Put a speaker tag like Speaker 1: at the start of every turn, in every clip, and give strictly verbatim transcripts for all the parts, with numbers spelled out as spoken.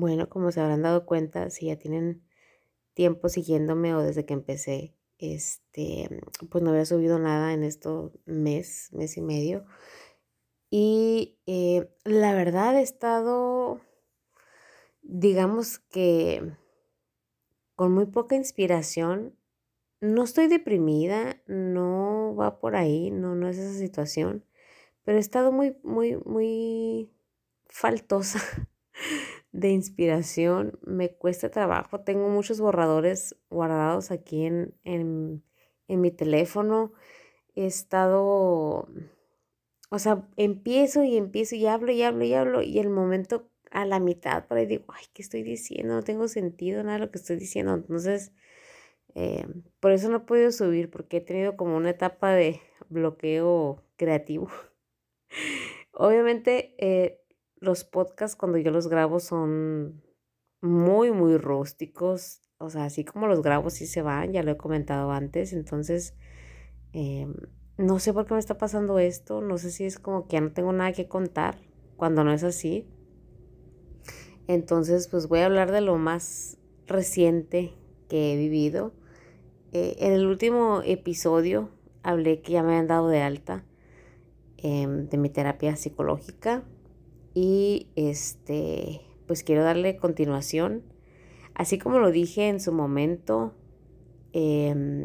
Speaker 1: Bueno, como se habrán dado cuenta, si ya tienen tiempo siguiéndome o desde que empecé, este, pues no había subido nada en esto mes, mes y medio. Y eh, la verdad he estado, digamos que con muy poca inspiración. No estoy deprimida, no va por ahí, no, no es esa situación, pero he estado muy, muy, muy faltosa de inspiración, me cuesta trabajo, tengo muchos borradores guardados aquí en, en, en mi teléfono, he estado, o sea, empiezo y empiezo y hablo y hablo y hablo y el momento a la mitad por ahí digo, ay, ¿qué estoy diciendo? No tengo sentido nada de lo que estoy diciendo, entonces eh, por eso no he podido subir porque he tenido como una etapa de bloqueo creativo. Obviamente, eh, los podcasts cuando yo los grabo son muy, muy rústicos, o sea, así como los grabo, sí se van, ya lo he comentado antes, entonces, em, no sé por qué me está pasando esto, no sé si es como que ya no tengo nada que contar, cuando no es así. Entonces, pues voy a hablar de lo más reciente que he vivido. Eh, en el último episodio hablé que ya me habían dado de alta em, de mi terapia psicológica y este, pues quiero darle continuación. Así como lo dije en su momento, em,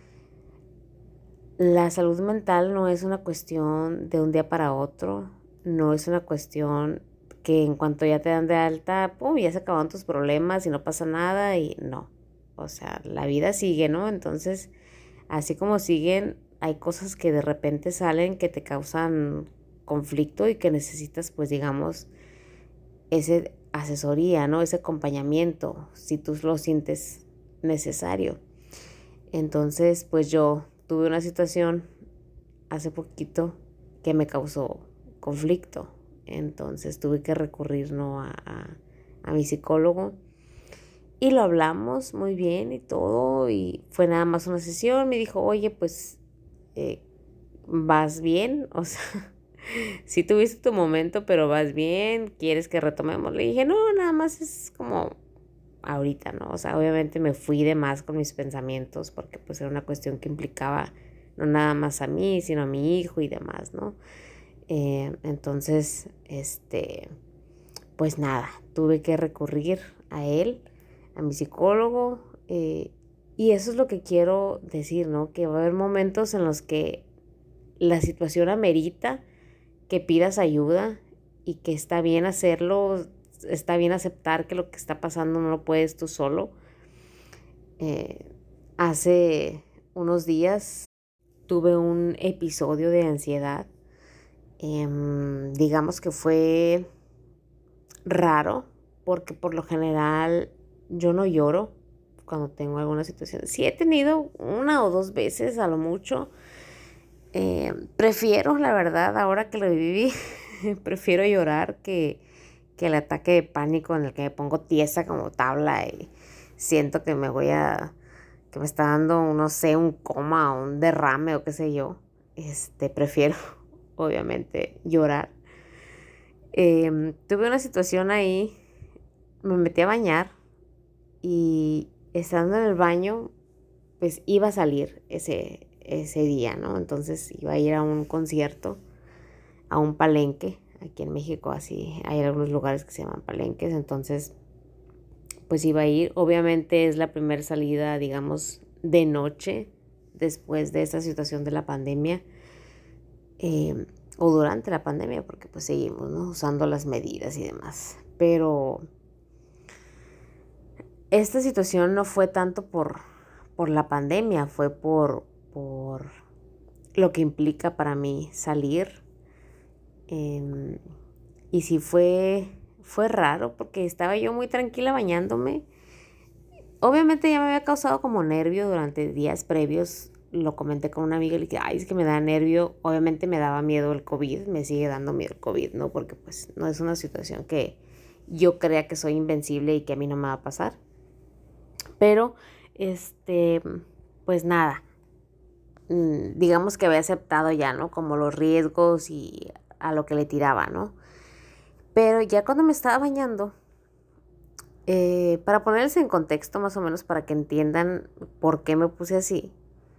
Speaker 1: la salud mental no es una cuestión de un día para otro, no es una cuestión que en cuanto ya te dan de alta, pum, ya se acaban tus problemas y no pasa nada y no. O sea, la vida sigue, ¿no? Entonces, así como siguen, hay cosas que de repente salen que te causan conflicto y que necesitas, pues digamos, ese asesoría, ¿no? Ese acompañamiento, si tú lo sientes necesario. Entonces, pues yo tuve una situación hace poquito que me causó conflicto. Entonces tuve que recurrir, ¿no? a, a, a mi psicólogo. Y lo hablamos muy bien y todo. Y fue nada más una sesión. Me dijo, oye, pues, eh, ¿vas bien? O sea, sí tuviste tu momento, pero vas bien. ¿Quieres que retomemos? Le dije, no, nada más es como ahorita, ¿no? O sea, obviamente me fui de más con mis pensamientos porque pues era una cuestión que implicaba no nada más a mí, sino a mi hijo y demás, ¿no? Eh, entonces, este, pues nada, tuve que recurrir a él, a mi psicólogo, eh, y eso es lo que quiero decir, ¿no? Que va a haber momentos en los que la situación amerita que pidas ayuda y que está bien hacerlo, está bien aceptar que lo que está pasando no lo puedes tú solo. Eh, Hace unos días tuve un episodio de ansiedad. Em, digamos que fue raro porque por lo general yo no lloro cuando tengo alguna situación. Sí he tenido una o dos veces a lo mucho. Eh, prefiero, la verdad, ahora que lo viví, prefiero llorar que, que el ataque de pánico en el que me pongo tiesa como tabla y siento que me voy a, que me está dando, no sé, un coma o un derrame o qué sé yo. Este, prefiero, obviamente, llorar. Em, tuve una situación ahí, me metí a bañar y estando en el baño, pues iba a salir ese, ese día, ¿no? Entonces iba a ir a un concierto, a un palenque. Aquí en México así hay algunos lugares que se llaman palenques, entonces pues iba a ir. Obviamente es la primera salida, digamos, de noche después de esta situación de la pandemia, eh, o durante la pandemia, porque pues seguimos, ¿no? Usando las medidas y demás. Pero esta situación no fue tanto por, por la pandemia, fue por, por lo que implica para mí salir. Eh, y sí fue, fue raro porque estaba yo muy tranquila bañándome. Obviamente ya me había causado como nervio durante días previos. Lo comenté con una amiga y le dije, ay, es que me da nervio. Obviamente me daba miedo el COVID, me sigue dando miedo el COVID, ¿no? Porque pues no es una situación que yo crea que soy invencible y que a mí no me va a pasar. Pero, este, pues nada, mm, digamos que había aceptado ya, ¿no? Como los riesgos y a lo que le tiraba, ¿no? Pero ya cuando me estaba bañando, Eh, para ponerles en contexto más o menos para que entiendan por qué me puse así,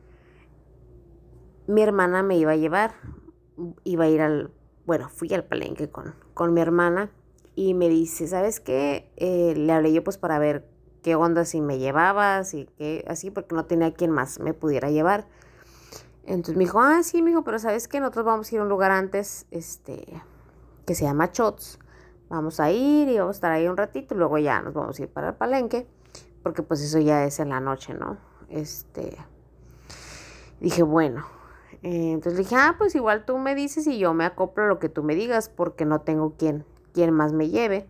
Speaker 1: mi hermana me iba a llevar, iba a ir al, bueno, fui al Palenque con, con mi hermana y me dice, ¿sabes qué? Eh, le hablé yo pues para ver qué onda si me llevabas y qué, así, porque no tenía quien más me pudiera llevar. Entonces me dijo, ah, sí, me dijo, pero ¿sabes qué? Nosotros vamos a ir a un lugar antes, este, que se llama Chots. Vamos a ir y vamos a estar ahí un ratito y luego ya nos vamos a ir para el Palenque, porque pues eso ya es en la noche, ¿no? Este, dije, bueno, eh, entonces le dije, ah, pues igual tú me dices y yo me acoplo a lo que tú me digas, porque no tengo quien, quien más me lleve.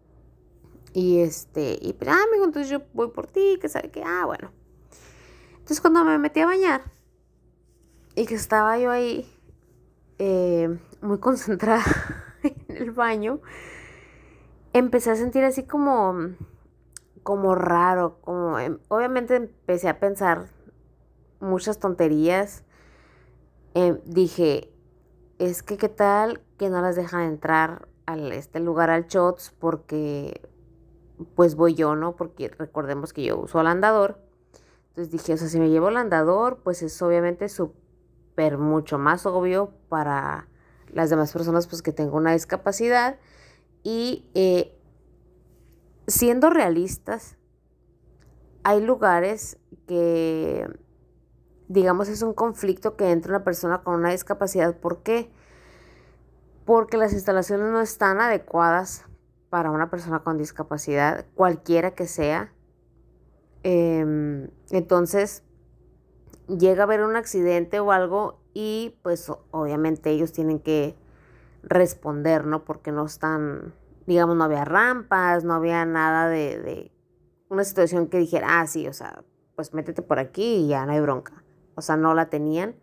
Speaker 1: Y este, y pues, ah, amigo, entonces yo voy por ti, que sabe que, ah, bueno. Entonces cuando me metí a bañar y que estaba yo ahí eh, muy concentrada en el baño, empecé a sentir así como, como raro, como, em, obviamente empecé a pensar muchas tonterías. Eh, dije, es que qué tal que no las dejan entrar a este lugar al Shots porque pues voy yo, ¿no? Porque recordemos que yo uso el andador. Entonces dije, o sea, si me llevo el andador, pues es obviamente súper mucho más obvio para las demás personas pues que tengo una discapacidad. Y eh, siendo realistas, hay lugares que, digamos, es un conflicto que entre una persona con una discapacidad. ¿Por qué? Porque las instalaciones no están adecuadas para una persona con discapacidad, cualquiera que sea. Eh, entonces, llega a haber un accidente o algo y pues obviamente ellos tienen que responder, ¿no? Porque no están, digamos, no había rampas, no había nada de, de una situación que dijera, ah, sí, o sea, pues métete por aquí y ya no hay bronca. O sea, no la tenían.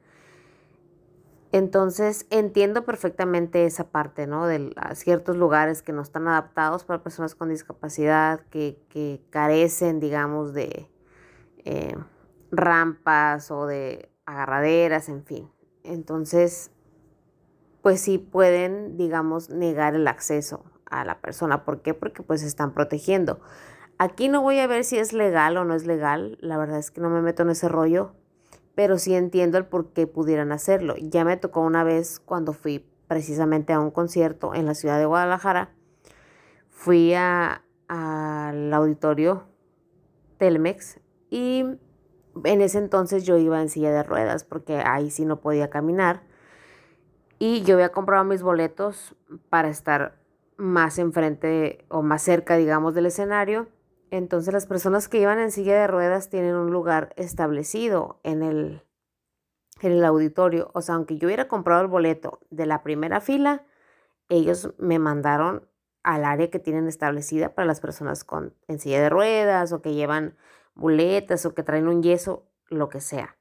Speaker 1: Entonces entiendo perfectamente esa parte, ¿no? De ciertos lugares que no están adaptados para personas con discapacidad, que, que carecen, digamos, de eh, rampas o de agarraderas, en fin. Entonces, pues sí pueden, digamos, negar el acceso a la persona. ¿Por qué? Porque pues se están protegiendo. Aquí no voy a ver si es legal o no es legal. La verdad es que no me meto en ese rollo, pero sí entiendo el por qué pudieran hacerlo. Ya me tocó una vez cuando fui precisamente a un concierto en la ciudad de Guadalajara. Fui a, al auditorio Telmex y en ese entonces yo iba en silla de ruedas porque ahí sí no podía caminar. Y yo había comprado mis boletos para estar más enfrente o más cerca, digamos, del escenario. Entonces las personas que iban en silla de ruedas tienen un lugar establecido en el, en el auditorio. O sea, aunque yo hubiera comprado el boleto de la primera fila, ellos me mandaron al área que tienen establecida para las personas con, en silla de ruedas o que llevan muletas o que traen un yeso, lo que sea.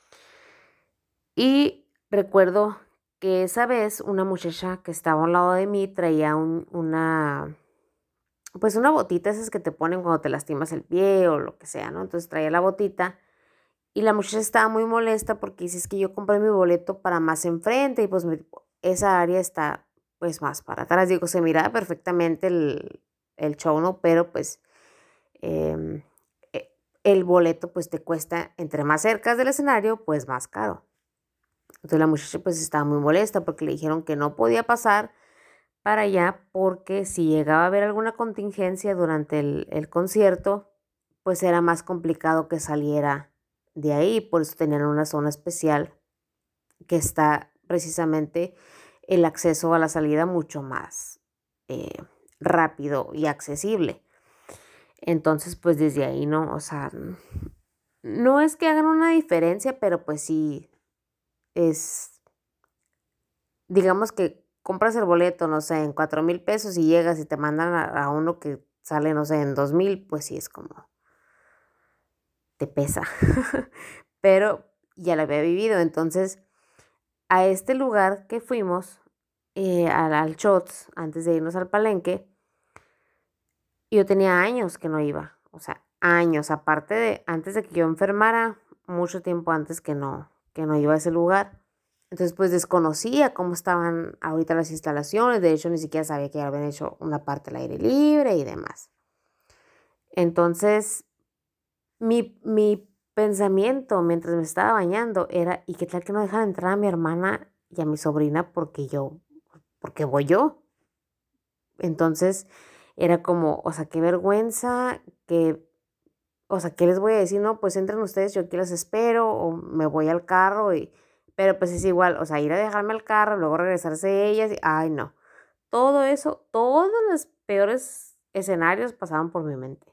Speaker 1: Y recuerdo que esa vez una muchacha que estaba a un lado de mí traía un, una, pues una botita, esas que te ponen cuando te lastimas el pie o lo que sea, ¿no? Entonces traía la botita y la muchacha estaba muy molesta porque dice, es que yo compré mi boleto para más enfrente y pues me- esa área está pues más para atrás. Digo, se miraba perfectamente el, el show, ¿no? Pero pues em, e- el boleto pues te cuesta, entre más cerca del escenario, pues más caro. Entonces la muchacha pues estaba muy molesta porque le dijeron que no podía pasar para allá porque si llegaba a haber alguna contingencia durante el, el concierto, pues era más complicado que saliera de ahí. Por eso tenían una zona especial que está precisamente el acceso a la salida mucho más eh, rápido y accesible. Entonces, pues desde ahí, ¿no? O sea, no es que hagan una diferencia, pero pues sí es, digamos que compras el boleto, no sé, en cuatro mil pesos y llegas y te mandan a, a uno que sale, no sé, en dos mil, pues sí es como, te pesa. Pero ya lo había vivido, entonces a este lugar que fuimos, eh, al, al Shots, antes de irnos al Palenque, yo tenía años que no iba, o sea, años, aparte de, antes de que yo enfermara, mucho tiempo antes que no, que no iba a ese lugar. Entonces, pues desconocía cómo estaban ahorita las instalaciones, de hecho ni siquiera sabía que ya habían hecho una parte al aire libre y demás. Entonces, mi, mi pensamiento mientras me estaba bañando era, ¿y qué tal que no dejan entrar a mi hermana y a mi sobrina porque yo, porque voy yo? Entonces, era como, o sea, qué vergüenza, que, o sea, ¿qué les voy a decir? No, pues entren ustedes, yo aquí las espero, o me voy al carro y, pero pues es igual, o sea, ir a dejarme al carro, luego regresarse ellas, y, ay, no. Todo eso, todos los peores escenarios pasaban por mi mente,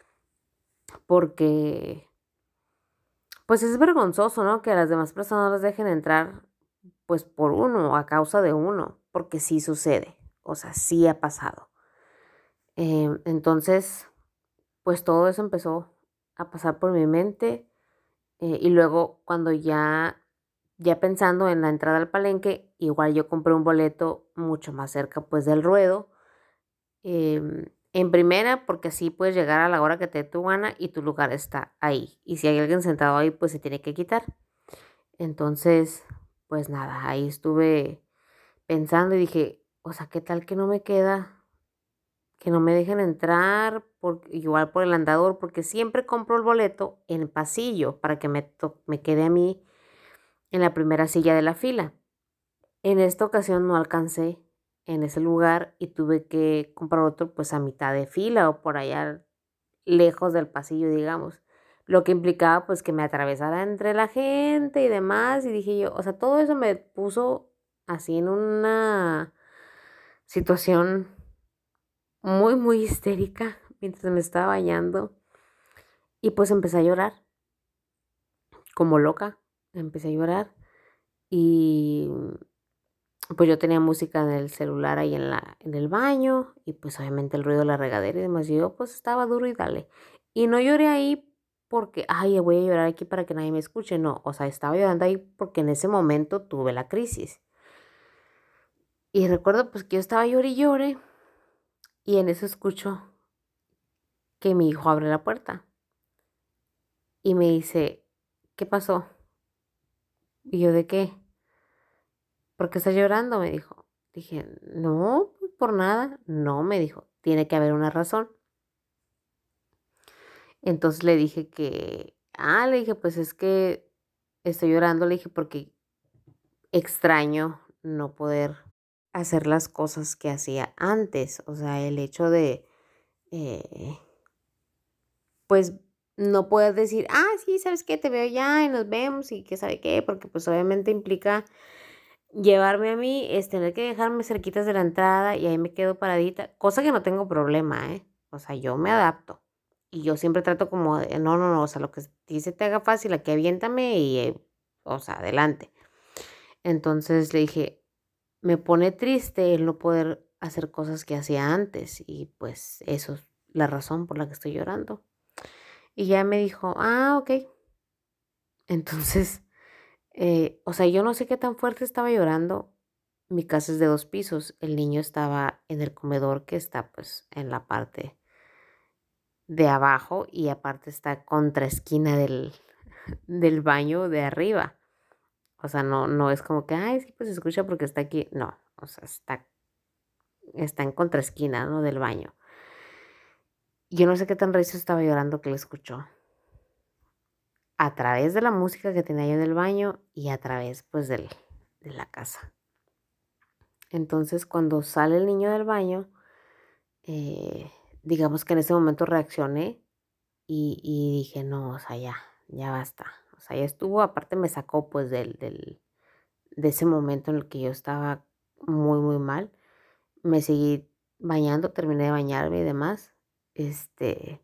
Speaker 1: porque pues es vergonzoso, ¿no? Que a las demás personas las dejen entrar, pues por uno, a causa de uno, porque sí sucede, o sea, sí ha pasado. Em, entonces, pues todo eso empezó a pasar por mi mente, eh, y luego cuando ya, ya pensando en la entrada al palenque, igual yo compré un boleto mucho más cerca, pues del ruedo. Em, en primera, porque así puedes llegar a la hora que te dé tu gana y tu lugar está ahí. Y si hay alguien sentado ahí, pues se tiene que quitar. Entonces, pues nada, ahí estuve pensando y dije, o sea, ¿qué tal que no me queda? Que no me dejen entrar, por, igual por el andador, porque siempre compro el boleto en pasillo para que me, to- me quede a mí en la primera silla de la fila. En esta ocasión no alcancé en ese lugar y tuve que comprar otro pues a mitad de fila o por allá lejos del pasillo, digamos. Lo que implicaba pues que me atravesara entre la gente y demás. Y dije yo, o sea, todo eso me puso así en una situación muy, muy histérica mientras me estaba bañando. Y pues empecé a llorar, como loca. Empecé a llorar y pues yo tenía música en el celular ahí en la, en el baño y pues obviamente el ruido de la regadera y demás. Y yo pues estaba duro y dale. Y no lloré ahí porque, ay, voy a llorar aquí para que nadie me escuche. No, o sea, estaba llorando ahí porque en ese momento tuve la crisis. Y recuerdo pues que yo estaba llore y llore y en eso escucho que mi hijo abre la puerta y me dice, ¿qué pasó? Y yo, ¿de qué? ¿Por qué estás llorando? Me dijo. Dije, no, pues, por nada. No, me dijo, tiene que haber una razón. Entonces le dije que, ah, le dije, pues es que estoy llorando, le dije, porque extraño no poder hacer las cosas que hacía antes. O sea, el hecho de, eh, pues, no poder decir, ah, sí, ¿sabes qué? Te veo ya y nos vemos y qué sabe qué, porque pues obviamente implica llevarme a mí, es tener que dejarme cerquitas de la entrada y ahí me quedo paradita, cosa que no tengo problema, ¿eh? O sea, yo me adapto. Y yo siempre trato como de, no, no, no, o sea, lo que a ti se te haga fácil, aquí aviéntame y, eh, o sea, adelante. Entonces le dije, me pone triste el no poder hacer cosas que hacía antes y pues eso es la razón por la que estoy llorando. Y ya me dijo, ah, ok. Entonces, eh, o sea, yo no sé qué tan fuerte estaba llorando. Mi casa es de dos pisos. El niño estaba en el comedor que está pues en la parte de abajo y aparte está contra esquina del, del baño de arriba. O sea, no, no es como que, ay, sí, pues se escucha porque está aquí. No, o sea, está, está en contraesquina, ¿no? Del baño. Yo no sé qué tan recio estaba llorando que le escuchó. A través de la música que tenía yo en el baño y a través, pues, del, de la casa. Entonces, cuando sale el niño del baño, eh, digamos que en ese momento reaccioné y, y dije, no, o sea, ya, ya basta. O sea, ya estuvo, aparte me sacó, pues, del, del, de ese momento en el que yo estaba muy, muy mal. Me seguí bañando, terminé de bañarme y demás. Este,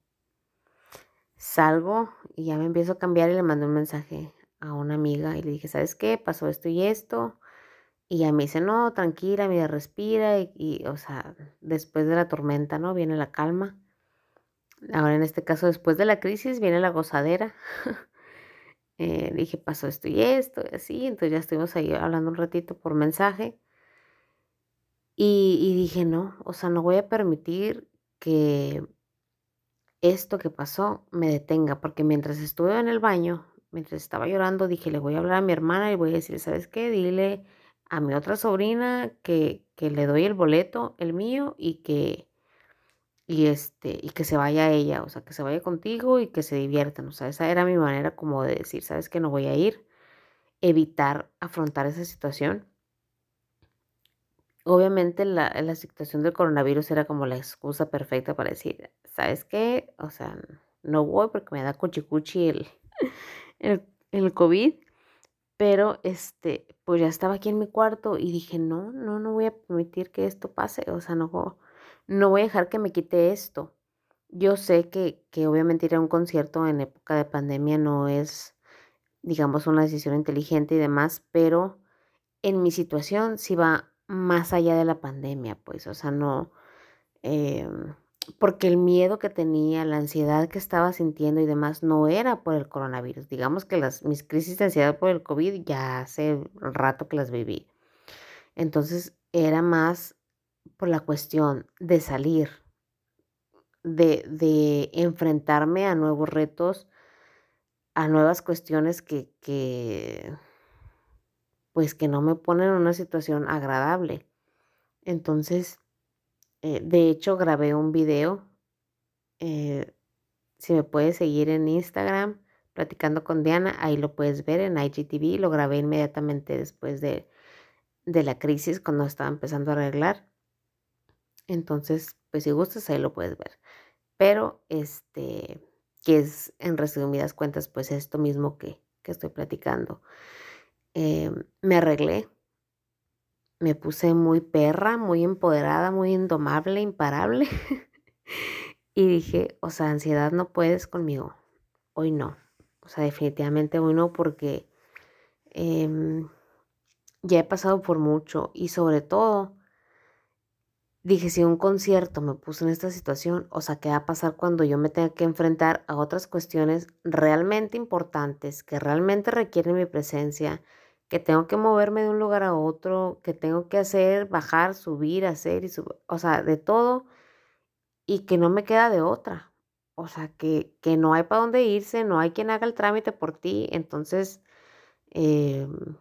Speaker 1: salgo y ya me empiezo a cambiar y le mandé un mensaje a una amiga y le dije, ¿sabes qué? Pasó esto y esto. Y ella me dice, no, tranquila, mira, respira. Y, y, o sea, después de la tormenta, ¿no? Viene la calma. Ahora en este caso, después de la crisis, viene la gozadera. Eh, le dije, pasó esto y esto, y así. Entonces ya estuvimos ahí hablando un ratito por mensaje. Y, y dije, no, o sea, no voy a permitir que esto que pasó me detenga, porque mientras estuve en el baño, mientras estaba llorando, dije, le voy a hablar a mi hermana y voy a decir, ¿sabes qué? Dile a mi otra sobrina que, que le doy el boleto, el mío, y que, y este, y que se vaya ella, o sea, que se vaya contigo y que se diviertan. O sea, esa era mi manera como de decir, ¿sabes qué? No voy a ir, evitar afrontar esa situación. Obviamente la, la situación del coronavirus era como la excusa perfecta para decir, ¿sabes qué? O sea, no voy porque me da cuchicuchi el, el, el COVID, pero este, pues ya estaba aquí en mi cuarto y dije, no, no, no voy a permitir que esto pase, o sea, no, no voy a dejar que me quite esto. Yo sé que, que obviamente ir a un concierto en época de pandemia no es, digamos, una decisión inteligente y demás, pero en mi situación sí va más allá de la pandemia, pues, o sea, no, em, porque el miedo que tenía, la ansiedad que estaba sintiendo y demás no era por el coronavirus. Digamos que las, mis crisis de ansiedad por el COVID ya hace rato que las viví. Entonces era más por la cuestión de salir, de, de enfrentarme a nuevos retos, a nuevas cuestiones que, que, pues que no me ponen en una situación agradable. Entonces, eh, de hecho, grabé un video. eh, si me puedes seguir en Instagram, platicando con Diana, ahí lo puedes ver en I G T V. Lo grabé inmediatamente después de, de la crisis, cuando estaba empezando a arreglar. Entonces, pues si gustas, ahí lo puedes ver. Pero, este, que es en resumidas cuentas, pues esto mismo que, que estoy platicando. Eh, me arreglé, me puse muy perra, muy empoderada, muy indomable, imparable. Y dije, o sea, ansiedad, no puedes conmigo. Hoy no. O sea, definitivamente hoy no porque em, ya he pasado por mucho y sobre todo dije, si un concierto me puso en esta situación, o sea, ¿qué va a pasar cuando yo me tenga que enfrentar a otras cuestiones realmente importantes, que realmente requieren mi presencia, que tengo que moverme de un lugar a otro, que tengo que hacer, bajar, subir, hacer y subir, o sea, de todo y que no me queda de otra? O sea, que, que no hay para dónde irse, no hay quien haga el trámite por ti. Entonces, em,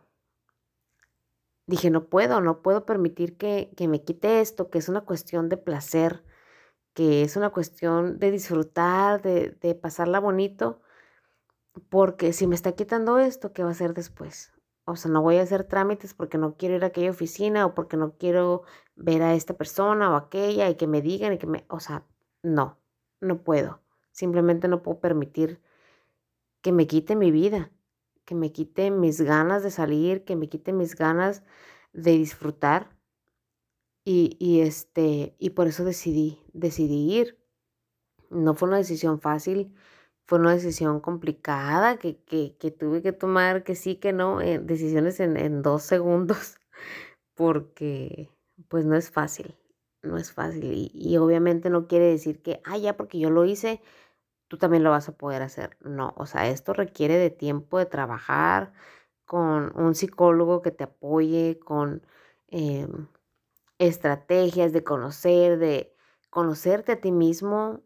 Speaker 1: dije, no puedo, no puedo permitir que, que me quite esto, que es una cuestión de placer, que es una cuestión de disfrutar, de, de pasarla bonito, porque si me está quitando esto, ¿qué va a hacer después? O sea, no voy a hacer trámites porque no quiero ir a aquella oficina o porque no quiero ver a esta persona o aquella y que me digan y que me, o sea, no, no puedo. Simplemente no puedo permitir que me quite mi vida, que me quite mis ganas de salir, que me quite mis ganas de disfrutar. Y, y este, y por eso decidí, decidí ir. No fue una decisión fácil, fue una decisión complicada que, que, que tuve que tomar, que sí, que no, eh, decisiones en, en dos segundos, porque pues no es fácil, no es fácil. Y, y obviamente no quiere decir que, ah, ya porque yo lo hice, tú también lo vas a poder hacer. No, o sea, esto requiere de tiempo de trabajar con un psicólogo que te apoye, con em, estrategias de conocer, de conocerte a ti mismo,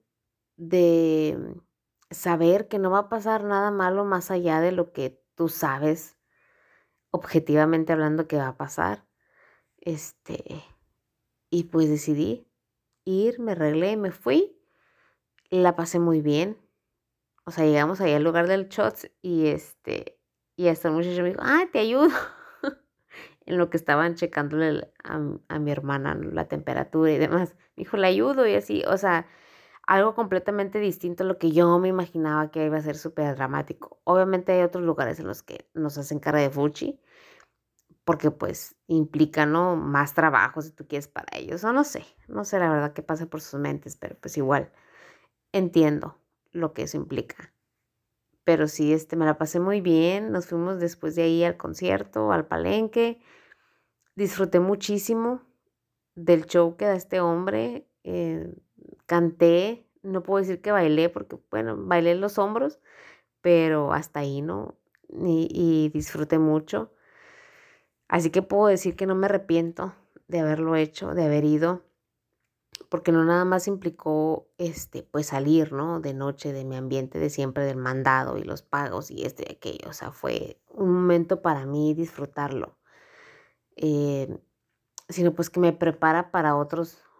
Speaker 1: de saber que no va a pasar nada malo más allá de lo que tú sabes, objetivamente hablando, que va a pasar. Este, y pues decidí ir, me arreglé, me fui, la pasé muy bien. O sea, llegamos ahí al lugar del shots y este, y hasta el muchacho me dijo, ah, te ayudo. En lo que estaban checándole el- a, a mi hermana, ¿no?, la temperatura y demás. Me dijo, le ayudo y así, o sea, algo completamente distinto a lo que yo me imaginaba que iba a ser súper dramático. Obviamente hay otros lugares en los que nos hacen cara de fuchi, porque pues implica, ¿no?, más trabajo si tú quieres para ellos, o no sé, no sé la verdad qué pasa por sus mentes, pero pues igual entiendo lo que eso implica. Pero sí, este, me la pasé muy bien, nos fuimos después de ahí al concierto, al Palenque, disfruté muchísimo del show que da este hombre, eh, canté, no puedo decir que bailé porque, bueno, bailé en los hombros, pero hasta ahí, ¿no? Y, y disfruté mucho. Así que puedo decir que no me arrepiento de haberlo hecho, de haber ido, porque no nada más implicó, este, pues salir, ¿no? De noche de mi ambiente de siempre, del mandado y los pagos y esto y aquello. O sea, fue un momento para mí disfrutarlo. Eh, Sino pues que me prepara para otros,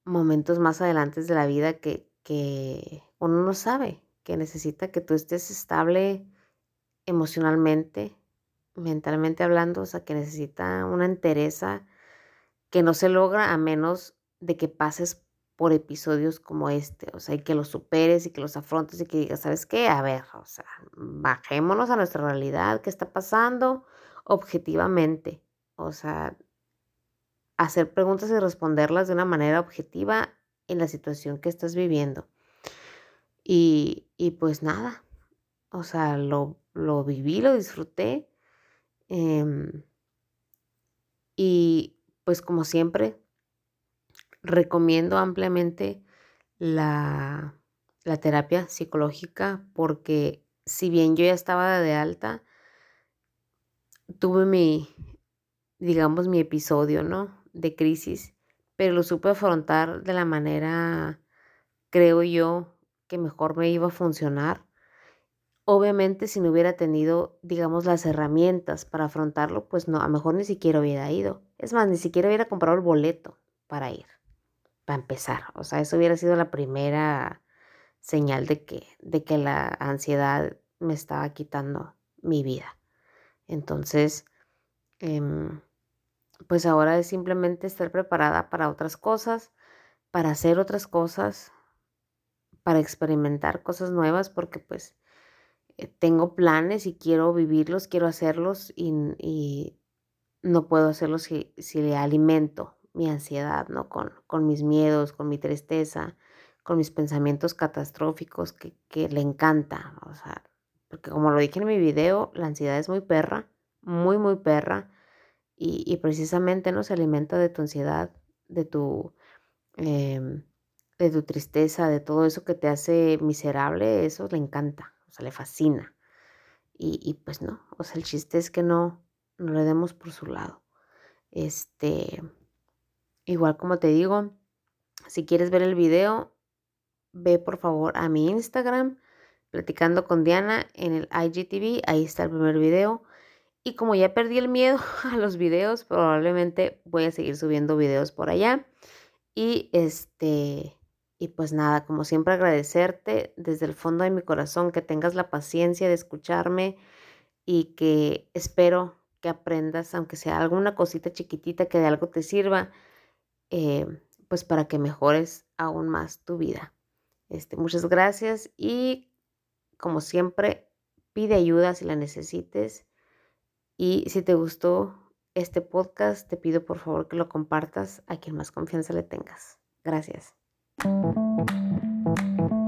Speaker 1: momentos más adelante de la vida que, que uno no sabe, que necesita que tú estés estable emocionalmente, mentalmente hablando, o sea, que necesita una entereza que no se logra a menos de que pases por episodios como este, o sea, y que los superes y que los afrontes y que digas, ¿sabes qué? A ver, o sea, bajémonos a nuestra realidad, ¿qué está pasando objetivamente? O sea, hacer preguntas y responderlas de una manera objetiva en la situación que estás viviendo. Y, y pues nada, o sea, lo, lo viví, lo disfruté. em, y pues como siempre, recomiendo ampliamente la, la terapia psicológica porque si bien yo ya estaba de alta, tuve mi, digamos, mi episodio, ¿no? De crisis, pero lo supe afrontar de la manera, creo yo, que mejor me iba a funcionar. Obviamente, si no hubiera tenido, digamos, las herramientas para afrontarlo, pues no, a lo mejor ni siquiera hubiera ido. Es más, ni siquiera hubiera comprado el boleto para ir, para empezar. O sea, eso hubiera sido la primera señal de que, de que la ansiedad me estaba quitando mi vida. Entonces, em, pues ahora es simplemente estar preparada para otras cosas, para hacer otras cosas, para experimentar cosas nuevas, porque pues eh, tengo planes y quiero vivirlos, quiero hacerlos y, y no puedo hacerlos si, si le alimento mi ansiedad, ¿no? Con, con mis miedos, con mi tristeza, con mis pensamientos catastróficos que, que le encanta, o sea, porque como lo dije en mi video, la ansiedad es muy perra, muy, muy perra, y, y precisamente no se alimenta de tu ansiedad, de tu, em, de tu tristeza, de todo eso que te hace miserable, eso le encanta, o sea, le fascina. Y, y pues no, o sea, el chiste es que no, no le demos por su lado. Este, igual como te digo, si quieres ver el video, ve por favor a mi Instagram, platicando con Diana en el I G T V, ahí está el primer video. Y como ya perdí el miedo a los videos, probablemente voy a seguir subiendo videos por allá. Y este, y pues nada, como siempre agradecerte desde el fondo de mi corazón que tengas la paciencia de escucharme y que espero que aprendas, aunque sea alguna cosita chiquitita que de algo te sirva, eh, pues para que mejores aún más tu vida. Este, muchas gracias y como siempre, pide ayuda si la necesites y si te gustó este podcast, te pido por favor que lo compartas a quien más confianza le tengas. Gracias.